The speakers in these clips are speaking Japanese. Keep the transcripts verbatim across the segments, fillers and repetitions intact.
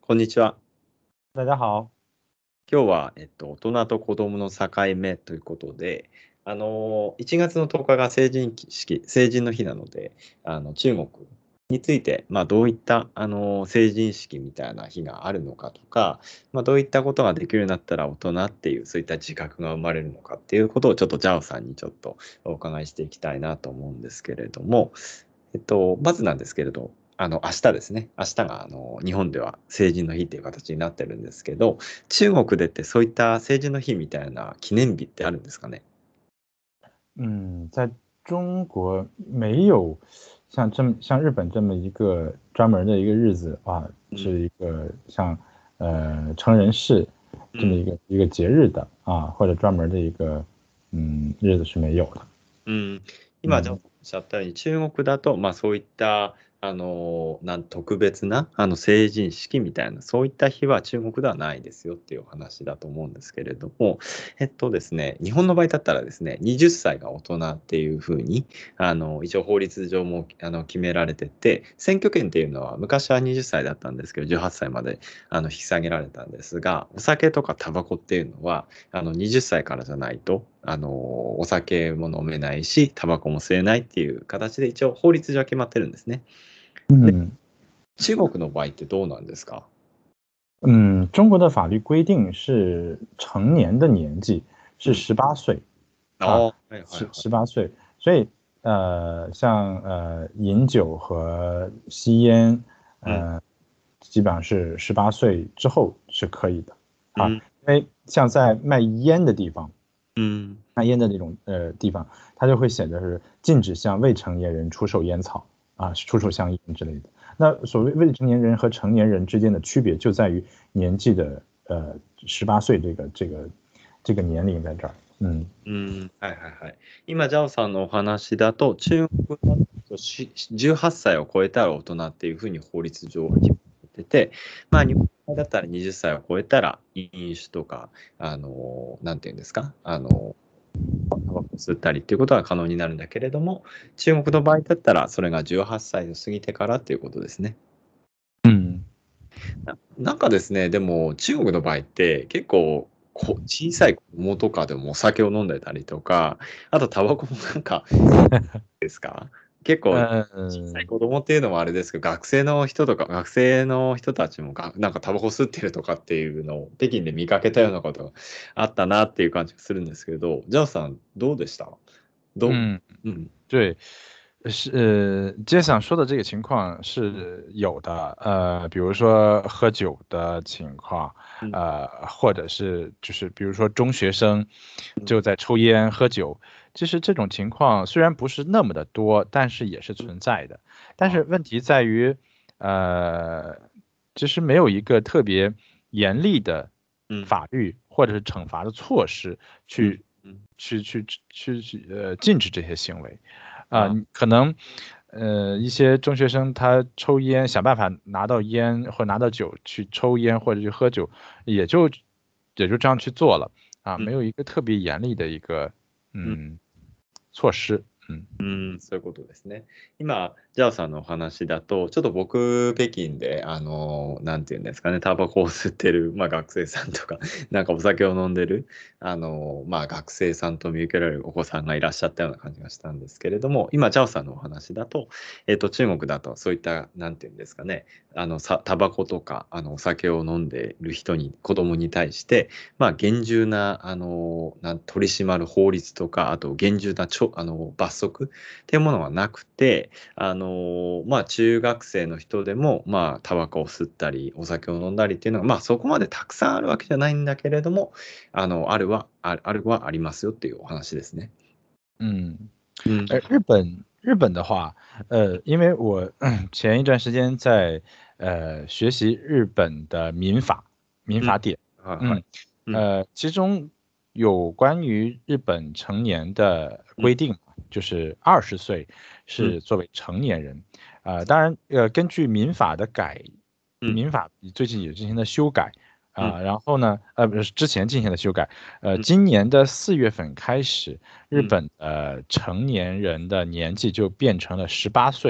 こんにちは。 大家好。 今日は、えっと、大人と子供の境目ということで、あのー、いちがつのとおかが成人式、成人の日なので、あの中国について、まあ、どういった、あのー成人式みたいな日があるのかとか、まあ、どういったことができるようになったら大人っていう、そういった自覚が生まれるのかっていうことを、ちょっとジャオさんにちょっとお伺いしていきたいなと思うんですけれども、えっと、まずなんですけれど、あの、明日ですね。明日が、あの、日本では成人の日っていう形になってるんですけど、中国でってそういった成人の日みたいな記念日ってあるんですかね？ 嗯，在中国没有像这么像日本这么一个专门的一个日子啊， うん、 是一个像呃成人式这么うん、 一个一个节日的啊，或者专门的一个嗯日子是没有的。 うん、今、じゃあおっ嗯しゃったように、中国だと、まあ、そういった、あの、なん特別なあの成人式みたいな、そういった日は中国ではないですよっていうお話だと思うんですけれども、えっとですね、日本の場合だったらですね、はたちが大人っていうふうに、あの、一応法律上もあの決められてて、選挙権っていうのは昔ははたちだったんですけど、じゅうはっさいまであの引き下げられたんですが、お酒とかタバコっていうのは、あのはたちからじゃないと、あのお酒も飲めないし、タバコも吸えないっていう形で一応法律上は決まってるんですね。で、 嗯中国の場合ってどうなんですか？ 嗯，中国的法律规定是成年的年纪是うん。 十八岁啊， ああ、はいはい十はい。 十八岁，所以呃，像呃饮酒和吸烟， うん。 呃，基本上是十八岁之后是可以的啊， うん。 因为像在卖烟的地方， うん。 卖烟的那种呃地方，它就会写的是禁止向未成年人出售烟草啊，出售香烟之类的。那所谓未成年人和成年人之间的区别就在于年纪的呃十八岁这个这个这个年龄在这儿。嗯うん。はいはいはい。今、ジャオさんのお話だと、中国だとしじゅうはっさいを超えたら大人っていうふうに法律上は決まってて、まあ、日本だったらはたちを超えたら飲酒とか、あの、なんていうんですか、あの、タバコ吸ったりっていうことは可能になるんだけれども、中国の場合だったらそれがじゅうはっさいを過ぎてからっていうことですね。 嗯ななんかですね、でも中国の場合って結構こ小さい子供とかでもお酒を飲んでたりとか、あとタバコもなんかですか、結構小さい嗯子供っていうのもあれですけど、学生の人とか、学生の人たちもがなんかタバコ吸ってるとかっていうのを北京で見かけたようなことがあったなっていう感じがするんですけど、ジャオさんどうでした？どう、 嗯， うん、 对，是呃，街上说的这个情况是有的，呃，比如说喝酒的情况， うん、 呃，或者是就是比如说中学生うん、 就在抽烟喝酒，其实这种情况虽然不是那么的多，但是也是存在的。但あ、 是问题在于，呃，其实没有一个特别严厉的うん、 法律或者是惩罚的措施うん、 去うん、 去去去去呃禁止这些行为。啊、 あ、 你可能，呃，一些中学生他抽烟，想办法拿到烟或拿到酒去抽烟或者去喝酒，也就也就这样去做了啊， うん、 没有一个特别严厉的一个うん。 嗯措施。嗯うん、そういうことですね。今、ジャオさんのお話だと、ちょっと僕、北京で、あの、なんていうんですかね、タバコを吸ってる、まあ、学生さんとか、なんかお酒を飲んでる、あの、まあ、学生さんと見受けられるお子さんがいらっしゃったような感じがしたんですけれども、今、ジャオさんのお話だと、えっと、中国だと、そういった、なんていうんですかね、あの、さ、タバコとか、あの、お酒を飲んでる人に、子供に対して、まあ、厳重な、あの、なん取り締まる法律とか、あと厳重なちょ、あの、罰則っていうものがなくて、あの、まあ、中学生の人でも、まあ、タバコを吸ったり、お酒を飲んだりっていうのが、まあ、そこまでたくさんあるわけじゃないんだけれども、あの、あるは、ああるはありますよっていうお話ですね。 嗯， うん。 呃，日本日本的话，呃，因为我前一段时间在呃学习日本的民法民うん。 法典， はいはい。 嗯， うん。 呃，其中有関于日本成年的うん。 规定，就是二十岁うん。 是作为成年人，呃，当然，呃，根据民法的改， うん。 民法最近也进行了修改。 うん。 啊，然后呢，呃，不是之前进行了修改，呃， うん。 今年的四月份开始，日うん。 本呃成年人的年纪就变成了十八岁嘛。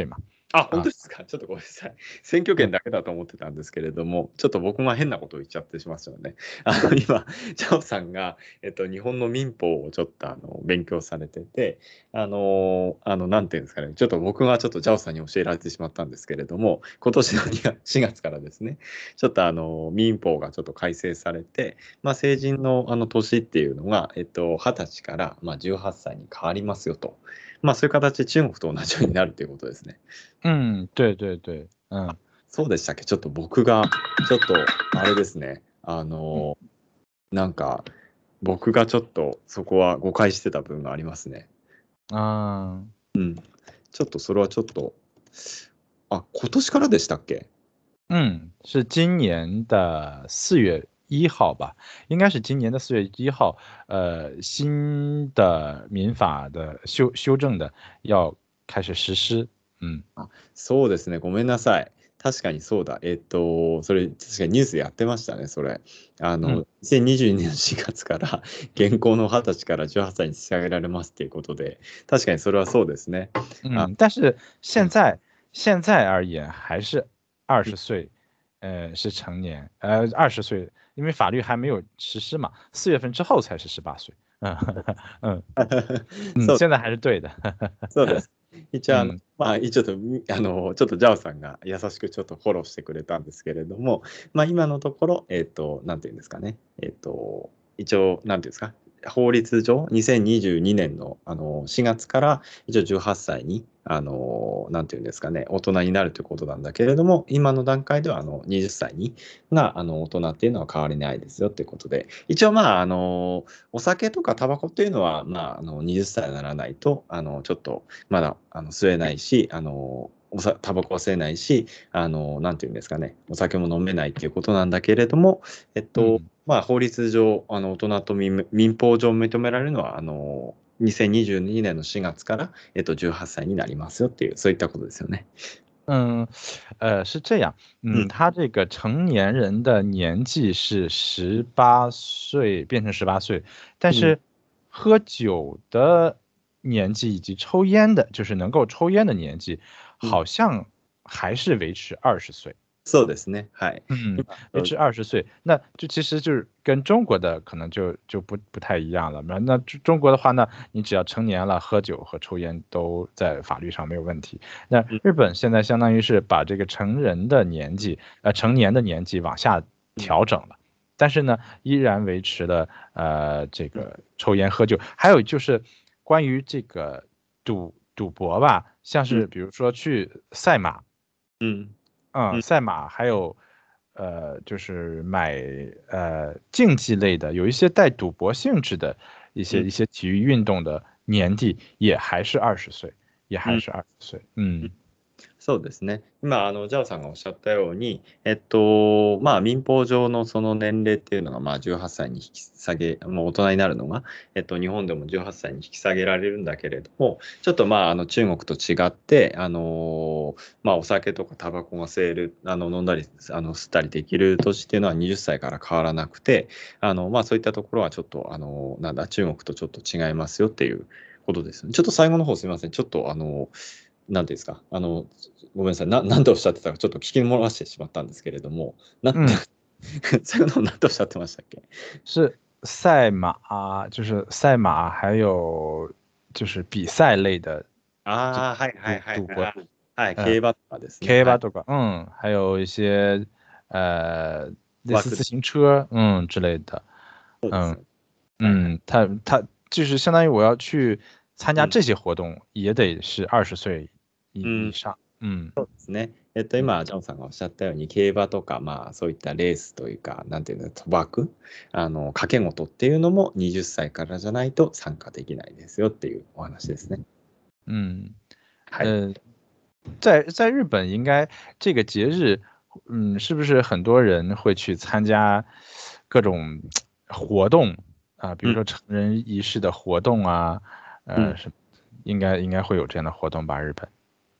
あ、本当ですか。ちょっとごめんなさい。選挙権だけだと思ってたんですけれども、ちょっと僕が変なことを言っちゃってしましたよね。あの、今、チャオさんが、えっと、日本の民法をちょっとあの勉強されてて、あの、あの、なんていうんですかね、ちょっと僕がちょっとチャオさんに教えられてしまったんですけれども、今年のにがつしがつからですね、ちょっとあの、民法がちょっと改正されて、まあ、成人のあの年っていうのが、えっと、はたちからまあじゅうはっさいに変わりますよと。まあ、そういう形で中国と同じようになるということですね。 嗯，对对对，嗯そうでしたっけ？ちょっと僕が、ちょっと、あれですね。あ嗯の、なんか、僕がちょっとそこは誤解してた部分がありますね。 啊。 うん。ちょっとそれはちょっと、あ、今年からでしたっけ？ 嗯，是今年的四月一号吧，应该是今年的四月一号，呃，新的民法的修修正的要开始实施。嗯あ、そうですね。ごめんなさい。確かにそうだ。えっと、それ、確かにニュースやってましたね、それ。あの、 嗯にせんにじゅうにねんのしがつから現行のはたちからじゅうはっさいに引き下げられますっていうことで、確かにそれはそうですね。あ、 嗯，但是うん、 现在现在而言还是二十岁，呃，是成年，呃，二十岁，因为法律还没有实施嘛，四月份之后才是十八岁。嗯嗯嗯， そう、 现在还是对的。 そうです。一応、あの、 嗯まあ、ちょっと、みあの、ちょっとジャオさんが優しくちょっとフォローしてくれたんですけれども、まあ、今のところ、えっと、なんていうんですかね。えっと、一応、なんていうんですか。法律上、にせんにじゅうにねんの、あのしがつから一応じゅうはっさいに、あの、なんていうんですかね、大人になるということなんだけれども、今の段階ではあのはたちにがあの大人っていうのは変わりないですよっていうことで、一応まあ、あの、お酒とかタバコっていうのは、まあ、あのはたちにならないと、あの、ちょっと、まだあの吸えないし、あの、おさタバコは吸えないし、あの、なんていうんですかね、お酒も飲めないっていうことなんだけれども、えっと、 嗯。 まあ、法律上、あの大人と民民法上認められるのは、あの、にせんにじゅうにねんのしがつから、えっと、じゅうはっさいになりますよっていう、そういったことですよね。 嗯，呃，是这样， うん。 嗯，他这个成年人的年纪是十八岁变成十八岁，但うん。 是喝酒的年纪以及抽烟的，就是能够抽烟的年纪， うん。 好像还是维持二十岁。 そうですね。はい。 嗯， 今、 维持二十岁，那就其实就是跟中国的可能就就不不太一样了。那那中中国的话呢，你只要成年了，喝酒和抽烟都在法律上没有问题。那うん。 日本现在相当于是把这个成人的年纪，呃，成年的年纪往下うん。 调整了，但是呢，依然维持了呃这うん。 个抽烟喝酒，还有就是关于这个赌赌博吧，像うん。 是比如说去赛马。 うん。う嗯， ん。 赛马还有，呃，就是买呃竞技类的，有一些带赌博性质的一うん。 些一些体育运动的年纪也还是二十岁，也うん。 还是二十岁。嗯そうですね。今、あの、ジャオさんがおっしゃったように、えっと、まあ、民法上のその年齢っていうのが、まあ、じゅうはっさいに引き下げ、もう大人になるのが、えっと、日本でもじゅうはっさいに引き下げられるんだけれども、ちょっとまあ、あの、中国と違って、あの、まあ、お酒とかタバコが吸える、あの、飲んだり、あの、吸ったりできる年っていうのははたちから変わらなくて、あの、まあ、そういったところはちょっと、あの、なんだ、中国とちょっと違いますよっていうことですね。ちょっと最後の方すみません。ちょっと、あの、なんていうんですか、あの、ごめんなさい、な、なんておっしゃってたか、ちょっと聞き漏らしてしまったんですけれども、な、な嗯， 最後の方なんておっしゃってましたっけ？ 是赛马，就是赛马，还有就是比赛类的这ああ、はいはい赌はいはい。 赌博， あ、はい、競呃馬とかですね。はい。 ，K 吧，对吧？嗯，还有一些呃类似自枠で。 行车，嗯之类的。嗯。 そうですよね。はいはい。 嗯，他他就是相当于我要去参うん。 加这些活动，也得是二十岁以うん。 以上。嗯そうですね。えっと、 嗯今、ジョンさんがおっしゃったように、競馬とか、まあ、そういったレースというか、なんていうの、賭博、あの、賭け事っていうのもはたちからじゃないと参加できないですよっていうお話ですね。 嗯， はい。 呃，在在日本应该这个节日，嗯，是不是很多人会去参加各种活动啊？比うん。 如说成人仪式的活动啊， うん。 呃，是应该应该会有这样的活动吧？日本。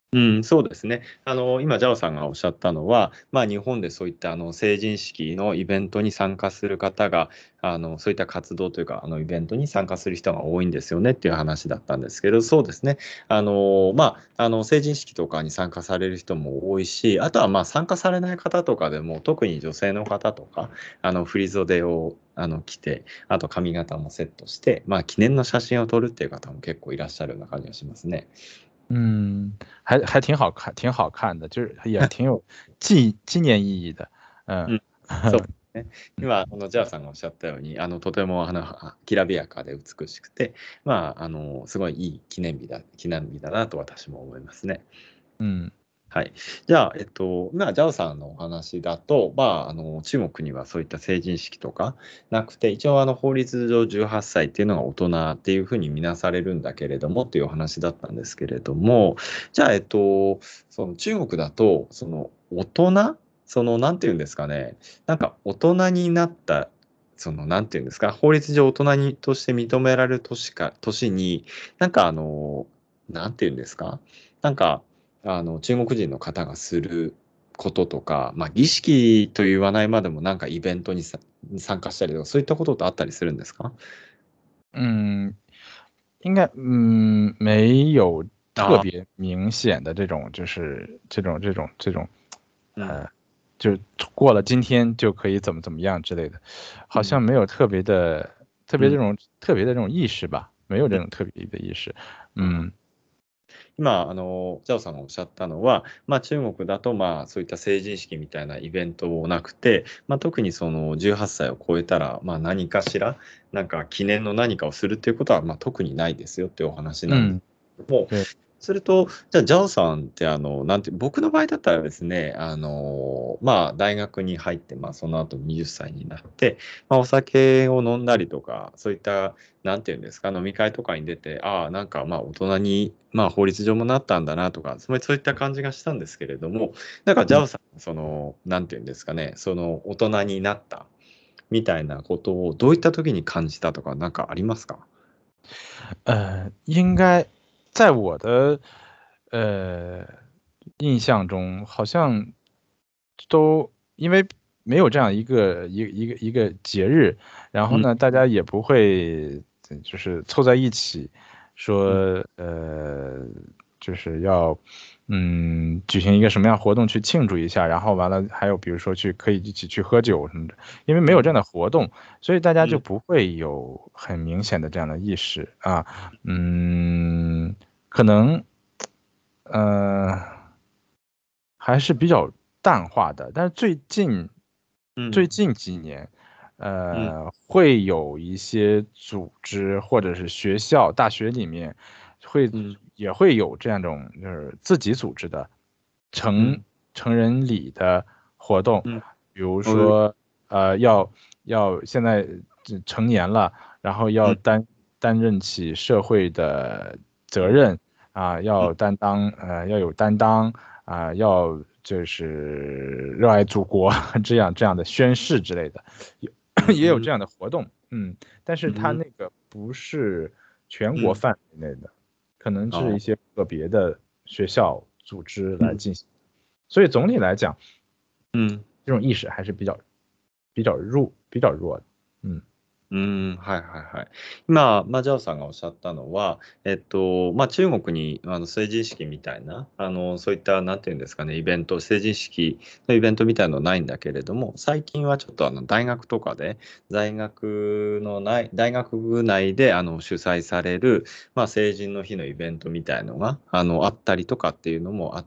うん、そうですね。あの、今、ジャオさんがおっしゃったのは、まあ、日本でそういったあの成人式のイベントに参加する方が、あの、そういった活動というか、あのイベントに参加する人が多いんですよねっていう話だったんですけど、そうですね。あの、まあ、あの成人式とかに参加される人も多いし、あとはまあ参加されない方とかでも、特に女性の方とか、あの振り袖をあの着て、あと髪型もセットして、まあ、記念の写真を撮るっていう方も結構いらっしゃるような感じがしますね。 嗯，还还挺好看，挺好看的，就是也挺有纪纪念意义的。嗯うん、そうですね。今、あのジャーさんがおっしゃったように、あのとてもあのあきらびやかで美しくて、まあ、あのすごいいい記念日だ、記念日だなと私も思いますね。 嗯はい。じゃあ、えっと、まあ、ジャオさんのお話だと、まあ、あの中国にはそういった成人式とかなくて、一応あの法律上じゅうはっさいっていうのが大人っていうふうに見なされるんだけれどもっていうお話だったんですけれども、じゃあ、えっと、その中国だと、その大人、その、なんていうんですかね、なんか大人になった、その、なんていうんですか、法律上大人にとして認められる年か、年に、なんかあの、なんていうんですか、なんか、あの中国人の方がすることとか、まあ、儀式と言わないまでもなんかイベントにさに参加したりとか、そういったことってあったりするんですか？ 嗯，应该嗯没有特ああ、 别明显的这种，就是这种这种这种， うん、 呃，就过了今天就可以怎么怎么样之类的，好像うん、 没有特别的特うん、 别这种特别的这种意识吧，没有うん。 这种特别的意识。 あ嗯今、あの、ジャオさんがおっしゃったのは、まあ、中国だと、まあ、そういった成人式みたいなイベントもなくて、まあ、特にそのじゅうはっさいを超えたら、まあ、何かしら、なんか記念の何かをするっていうことは、まあ、特にないですよっていうお話なんです嗯， けども、 对， すると、じゃあ、ジャオさんって、あの、なんて、僕の場合だったらですね、あの、まあ、大学に入って、まあ、その後にじゅっさいになって、まあ、お酒を飲んだりとか、そういったなんていうんですか、飲み会とかに出て、ああ、なんかまあ大人に、まあ法律上もなったんだなとか、そうそういった感じがしたんですけれども、なんかジャオさん、その、なんていうんですかね、その大人になったみたいなことをどういった時に感じたとか、なんかありますか？ 呃，应该在我的呃印象中，好像都因为没有这样一个一个一个一个节日，然后うん、 呢，大家也不会呃就是凑在一起うん、 说呃就是要嗯举行一个什么样活动去庆祝一下，然后完了还有比如说去可以一起去喝酒什么的，因为没うん、 有这样的活动。所以大家うん、 就不会有很明显的这样的意识啊，嗯，可能呃还是比较淡化的，但是最近うん、 最近几年， うん、 呃，会有一些组织或者是学校、大学里面会うん、 也会有这样一种就是自己组织的成うん、 成人礼的活动， うん、 比如おい说呃要要现在这成年了，然后要うん、 担担任起社会的うん、 责任啊， うん、 要担当呃要有担当啊，要就是热爱祖国这样这样的宣誓之类的，有うん、 也有这样的活动，嗯，但是它うん、 那个不是全うん、 国范围内的，可能是一あ、 些个别的学校组织うん、 来进行，所以总体来讲， うん。 这种意識还是比较比较弱比较弱的，嗯うーん、はいはいはい。今、まあ、ジャオさんがおっしゃったのは、えっと、まあ、中国にあの成人式みたいな、あの、そういった、なんていうんですかね、イベント、成人式のイベントみたいなのはないんだけれども、最近はちょっとあの大学とかで、大学の内、大学部内であの主催される、まあ、成人の日のイベントみたいのがあのあったりとかっていうのもあって、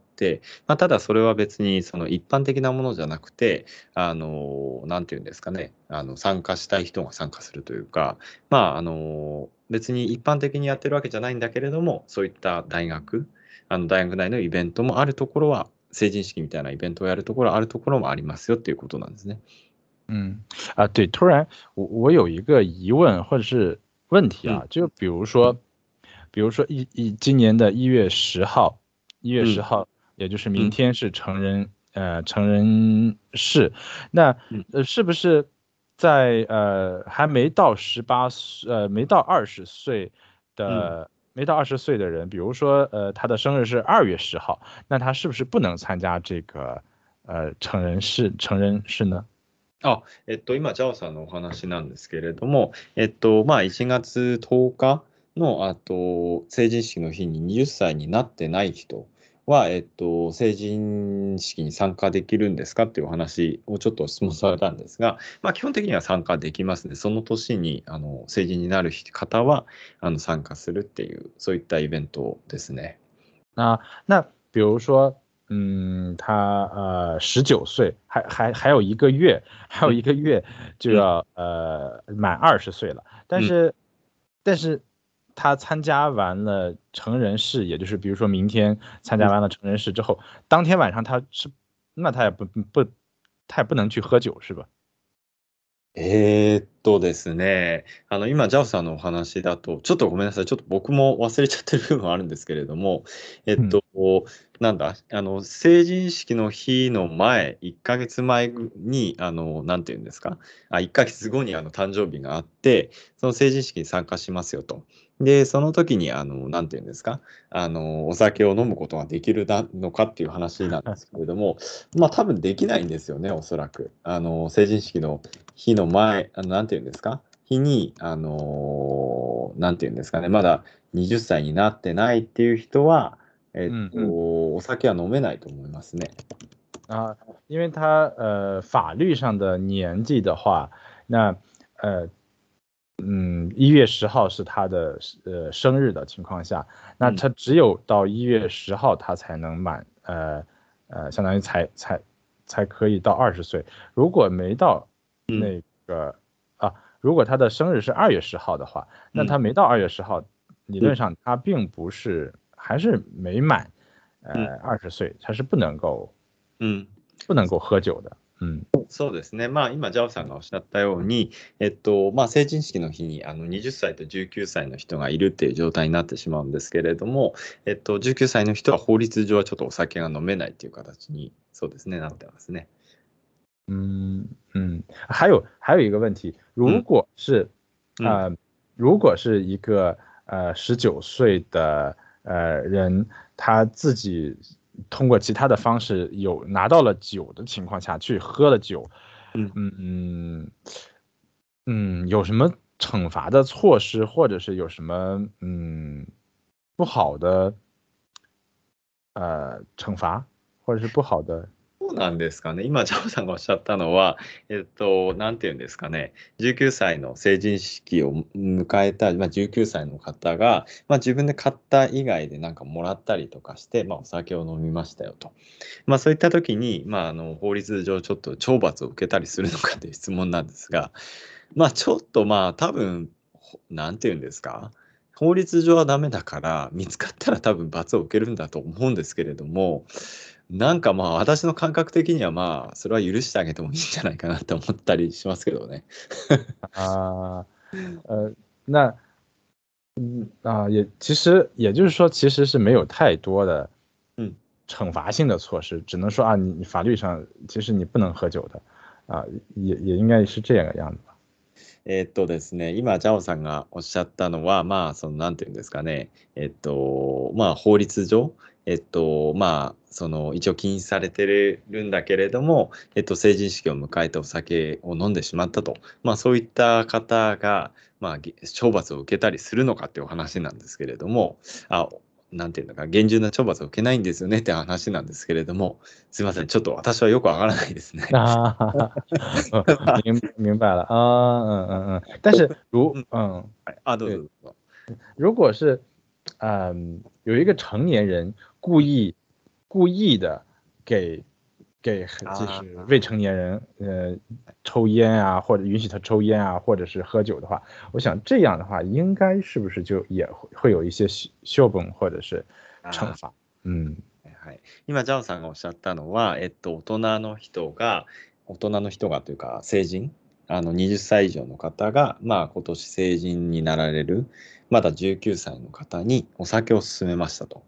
まあ、ただそれは別にその一般的なものじゃなくて、あの、なんていうんですかね、あの、参加したい人が参加するというか、まあ、あの、別に一般的にやってるわけじゃないんだけれども、そういった大学、あの、大学内のイベントもあるところは、成人式みたいなイベントをやるところあるところもありますよっていうことなんですね。 嗯啊对，突然我我有一个疑问或者是问题うん、 啊，就比如说。比如说一一今年的一月十号，一月うん、 十号，也就是うん、 明天是成人呃成人式，那うん、 呃是不是在呃还没到十八岁呃没到二十岁うん、 的没到二十岁的人，比如说呃他的生日是二月十号，那他是不是不能参加这个呃成人式成人式呢？ あ、えっと、今、ジャオさんのお話なんですけれども、えっと、まあ、いちがつとおかの、あと、成人式の日にはたちになってない人は、えっと、成人式に参加できるんですかっていうお話をちょっと質問されたんですが、まあ、基本的には参加できますね。その年にあの成人になる方はあの参加するっていう、そういったイベントですね。 啊，那比如说，嗯，他呃十九岁，还还还有一个月，还有一个月就要呃满二十岁了，但是但是他参加完了成人式，也就是比如说明天参加完了成人式之后，当天晚上他是，那他也不不他也不能去喝酒是吧？ えーっとですね、あの今、ジャオさんのお話だと、ちょっとごめんなさい、ちょっと僕も忘れちゃってる部分はあるんですけれども、えっ嗯と、なんだ、あの成人式の日の前、いっかげつまえに、あのなんていうんですか、あいっかげつごにあの誕生日があって、その成人式に参加しますよと。で、その時に、あのなんていうんですか、あのお酒を飲むことができるのかっていう話なんですけれども、まあ多分できないんですよね、おそらく。あの成人式の日の前、あのなんていうんですか、日に、あのーなんていうんですかね、まだはたちになってないっていう人は、えっと、 嗯お酒は飲めないと思いますね。 啊，因为他呃法律上的年纪的话，那呃嗯，一月十号是他的呃生日的情况下，那嗯他只有到一月十号他才能满呃呃，相当于才才才可以到二十岁。如果没到嗯那个啊，如果他的生日是二月十号的话，那嗯他没到二月十号，理嗯论上他并不是还是没满嗯呃二十岁，他是不能够うん不能够喝酒的。嗯そうですね。まあ、今、ジャオさんがおっしゃったように、えっと、まあ、成人式の日にあのはたちとじゅうきゅうさいの人がいるっていう状態になってしまうんですけれども、えっと、じゅうきゅうさいの人は法律上はちょっとお酒が飲めないっていう形に、そうですね、なってますね。 嗯嗯，还有还有一个问题，如嗯果是嗯呃，如果是一个呃十九岁的呃人，他自己通过其他的方式有拿到了酒的情况下去喝了酒， 嗯嗯嗯嗯，有什么惩罚的措施，或者是有什么嗯不好的呃惩罚，或者是不好的そうなんですかね。今、ジャオさんがおっしゃったのは、えっと、なんていうんですかね、じゅうきゅうさいの成人式を迎えた、まあ、じゅうきゅうさいの方が、まあ、自分で買った以外でなんかもらったりとかして、まあ、お酒を飲みましたよと。まあ、そういった時に、まあ、あの法律上ちょっと懲罰を受けたりするのかという質問なんですが、まあ、ちょっとまあ、多分、ほなんていうんですか、法律上はダメだから、見つかったら多分罰を受けるんだと思うんですけれども、なんかまあ、私の感覚的にはまあ、それは許してあげてもいいんじゃないかなって思ったりしますけどね。 啊呃那。啊，也其实也就是说，其实是没有太多的嗯惩罚性的措施，只能说啊，你你法律上其实你不能喝酒的，啊，也也应该是这样个样子吧。 えーっとですね、今、ジャオさんがおっしゃったのは、まあ、その、なんていうんですかね、えっと、まあ、法律上、えっと、まあ、その、一応禁止されてるんだけれども、えっと、成人式を迎えてお酒を飲んでしまったと、まあ、そういった方が、まあ、げ懲罰を受けたりするのかっていうお話なんですけれども、あ、なんていうのか、厳重な懲罰を受けないんですよねって話なんですけれども、すいません、ちょっと私はよくわからないですね。 啊，嗯明明白了啊，嗯嗯嗯，但是如うん嗯はいあ、どうぞ对， どうぞ。 如果是嗯有一个成年人故意故意的给给就あ是未成年人呃抽烟啊，或者允许他抽烟啊，或者是喝酒的话，我想这样的话，应该是不是就也会会有一些修修本或者是惩あ罚？嗯はい、今、ジャオさんがおっしゃったのは、えっと、大人の人が、大人の人がというか、成人、あのはたち以上の方が、まあ、今年成人になられる、まだじゅうきゅうさいの方にお酒を勧めましたと。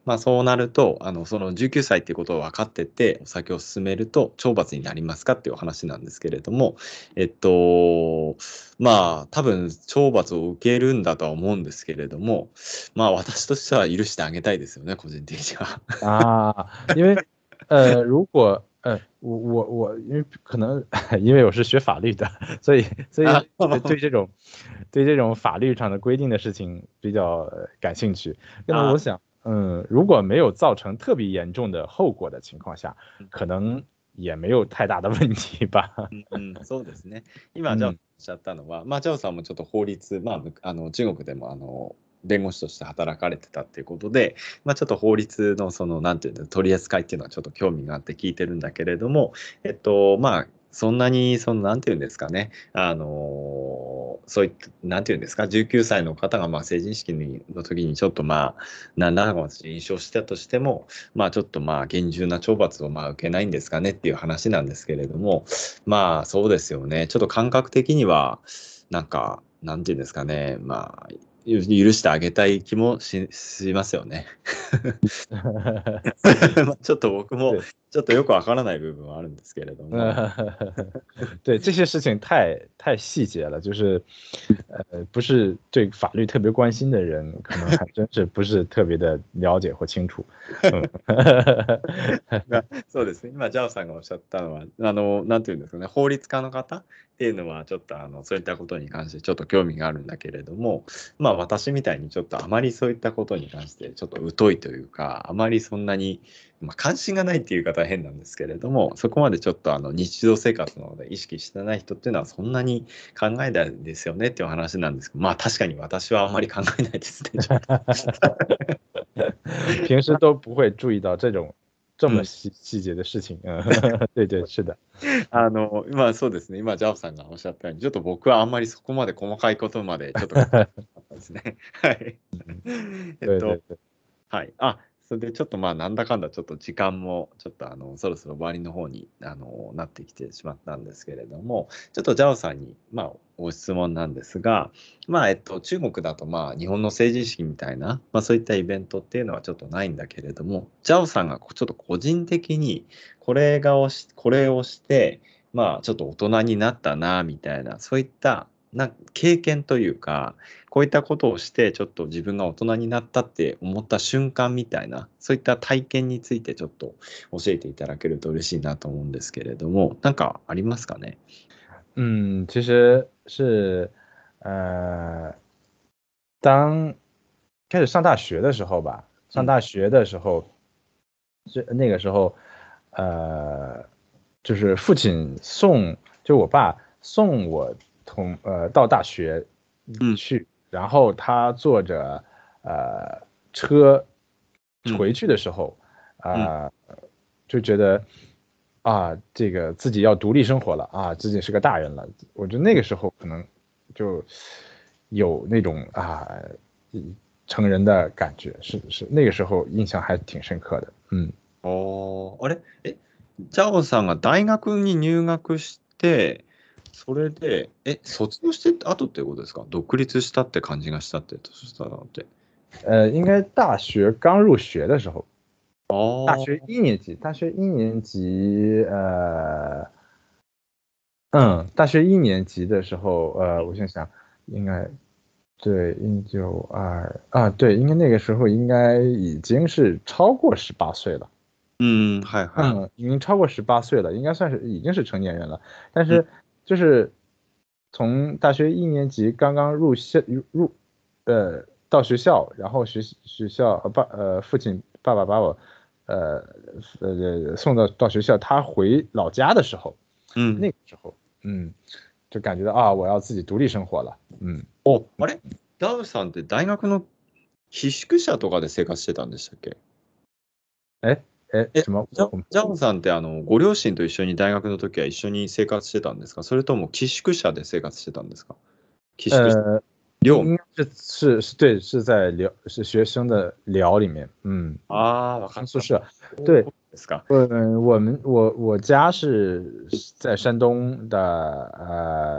まあそうなると、あのそのじゅうきゅうさいっていうことを分かってて、お酒を勧めると懲罰になりますかっていうお話なんですけれども、えっと、まあ多分懲罰を受けるんだとは思うんですけれども、まあ私としては許してあげたいですよね、個人的には。 啊，因为呃，如果呃，我我我，因为可能因为我是学法律的，所以所以あ对这种对这种法律上的规定的事情比较呃感兴趣。那么我あ想，嗯，如果没有造成特别严重的後果的情况下，可能也没有太大的问题吧。 うん、そうですね。今、ジャオさんおっ嗯しゃったのは、まあ、ジャオさんもちょっと法律、まあ、むあの中国でもあの弁護士として働かれてたっていうことで、まあ、ちょっと法律のその、なんていうんだ、取り扱いっていうのはちょっと興味があって聞いてるんだけれども、えっと、まあ、そんなに、その、なんていうんですかね、あの、そういった、なんていうんですか、じゅうきゅうさいの方がまあ成人式の時にちょっとまあ、何らかの飲酒をしたとしても、まあ、ちょっとまあ、厳重な懲罰をまあ受けないんですかねっていう話なんですけれども、まあそうですよね。ちょっと感覚的には、なんか、なんていうんですかね。まあ、ゆ許してあげたい気もし、しますよね。まあちょっと僕も、 对。 ちょっとよくわからない部分はあるんですけれども。 对，这些事情太太细节了，就是，呃，不是对法律特别关心的人，可能还真是不是特別的了解或清楚。嗯まあそうですね。今、ジャオさんがおっしゃったのは、あの、なんていうんですかね、法律家の方っていうのは、ちょっとあのそういったことに関してちょっと興味があるんだけれども、まあ私みたいにちょっとあまりそういったことに関してちょっと疎いというか、あまりそんなに、まあ、関心がないっていう言い方は変なんですけれども、そこまでちょっとあの日常生活ので意識してない人っていうのはそんなに考えないですよねっていう話なんですけど、まあ確かに私はあんまり考えないですね。ちょっと平时都不会注意到这种这うん么细细节的事情。嗯，对对，是的。 あの、まあそうですね。今、ジャオさんがおっしゃったように、ちょっと僕はあんまりそこまで細かいことまでちょっと考えなかったですね。はい。えっと、 对对对。 はい。あ、それでちょっとまあなんだかんだちょっと時間もちょっとあのそろそろ終わりの方にあのなってきてしまったんですけれども、ちょっとジャオさんにまあご質問なんですが、まあえっと中国だとまあ日本の成人式みたいな、まあそういったイベントっていうのはちょっとないんだけれども、ジャオさんがちょっと個人的にこれがをしこれをして、まあちょっと大人になったなみたいな、そういったな経験というか、こういったことをしてちょっと自分が大人になったって思った瞬間みたいな、そういった体験についてちょっと教えていただけると嬉しいなと思うんですけれども、なんかありますかね？ 嗯，其实是，呃，当开始上大学的时候吧，上大学的时候，是那个时候，呃，就是父亲送，就我爸送我同呃到大学嗯去，然后他坐着呃车嗯回去的时候， 嗯啊、就觉得啊，这个自己要独立生活了啊，自己是个大人了。我觉得那个时候可能就有那种啊成人的感觉，是是那个时候印象还挺深刻的。嗯。 おー、あれえ、ジャオさんが大学に入学して、それで、え、卒業して後っていうことですか？独立したって感じがしたって、そしたらって。 呃，应该大学刚入学的时候，大学ああ、 一年级，大学一年级，呃，嗯，大学一年级的时候，呃，我想想，应该对，一九二啊，对，应该那个时候应该已经是超过十八岁了。 うん、はいはい。 嗯，已经超过十八岁了，应该算是已经是成年人了。但うん是就是从大学一年级刚刚入校入呃到学校，然后学学校呃爸呃父亲爸爸把我呃呃送到到学校，他回老家的时候， うん那个时候嗯就感觉到啊我要自己独立生活了。嗯。 お、あれダウさんって大学の寄宿舎とかで生活してたんでしたっけ？ 哎哎え、 什么ジャ我们ジャオさんってあのご両親と一緒に大学の時は一緒に生活してたんですか？それとも寄宿舎で生活してたんですか？寄宿舎、 呃寮。 应该是是是对是在寮是学生的寮里面。嗯。 ああ、わかった。 宿舍。对， ですか？ 嗯，我们我我家是在山东的呃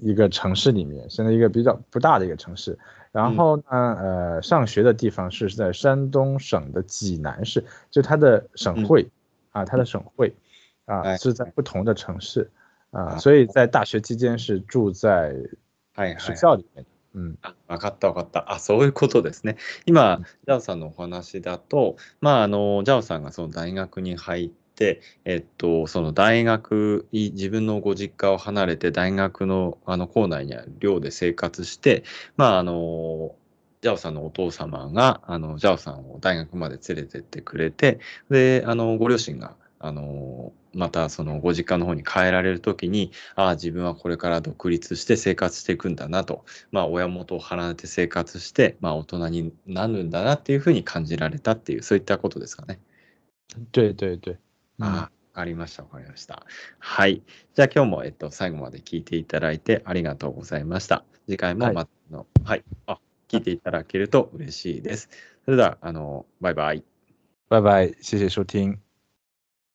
一个城市里面，现在一个比较不大的一个城市。然后呢，呃，上学的地方是在山东省的济南市，就它的省会啊，它的省会啊是在不同的城市啊，所以在大学期間是住在学校里面。うん、 あ、分かった分かった。あ、そういうことですね。今、ジャオさんのお話だと、まあ、あの、ジャオさんがその大学に入って、えっと、その大学、い自分のご実家を離れて大学の、あの校内にある寮で生活して、まあ、あの、ジャオさんのお父様が、あの、ジャオさんを大学まで連れてってくれて、で、あの、ご両親が、あの、またそのご実家の方に帰られるときに、ああ、自分はこれから独立して生活していくんだなと、まあ、親元を離れて生活して、まあ、大人になるんだなっていうふうに感じられたっていう、そういったことですかね。 对对对。 ああ、わかりました、わかりました。はい。じゃあ今日も、えっと、最後まで聞いていただいてありがとうございました。次回もまたの、はい、あ、聞いていただけると嬉しいです。それでは、あの、バイバイ。 拜拜，谢谢收听。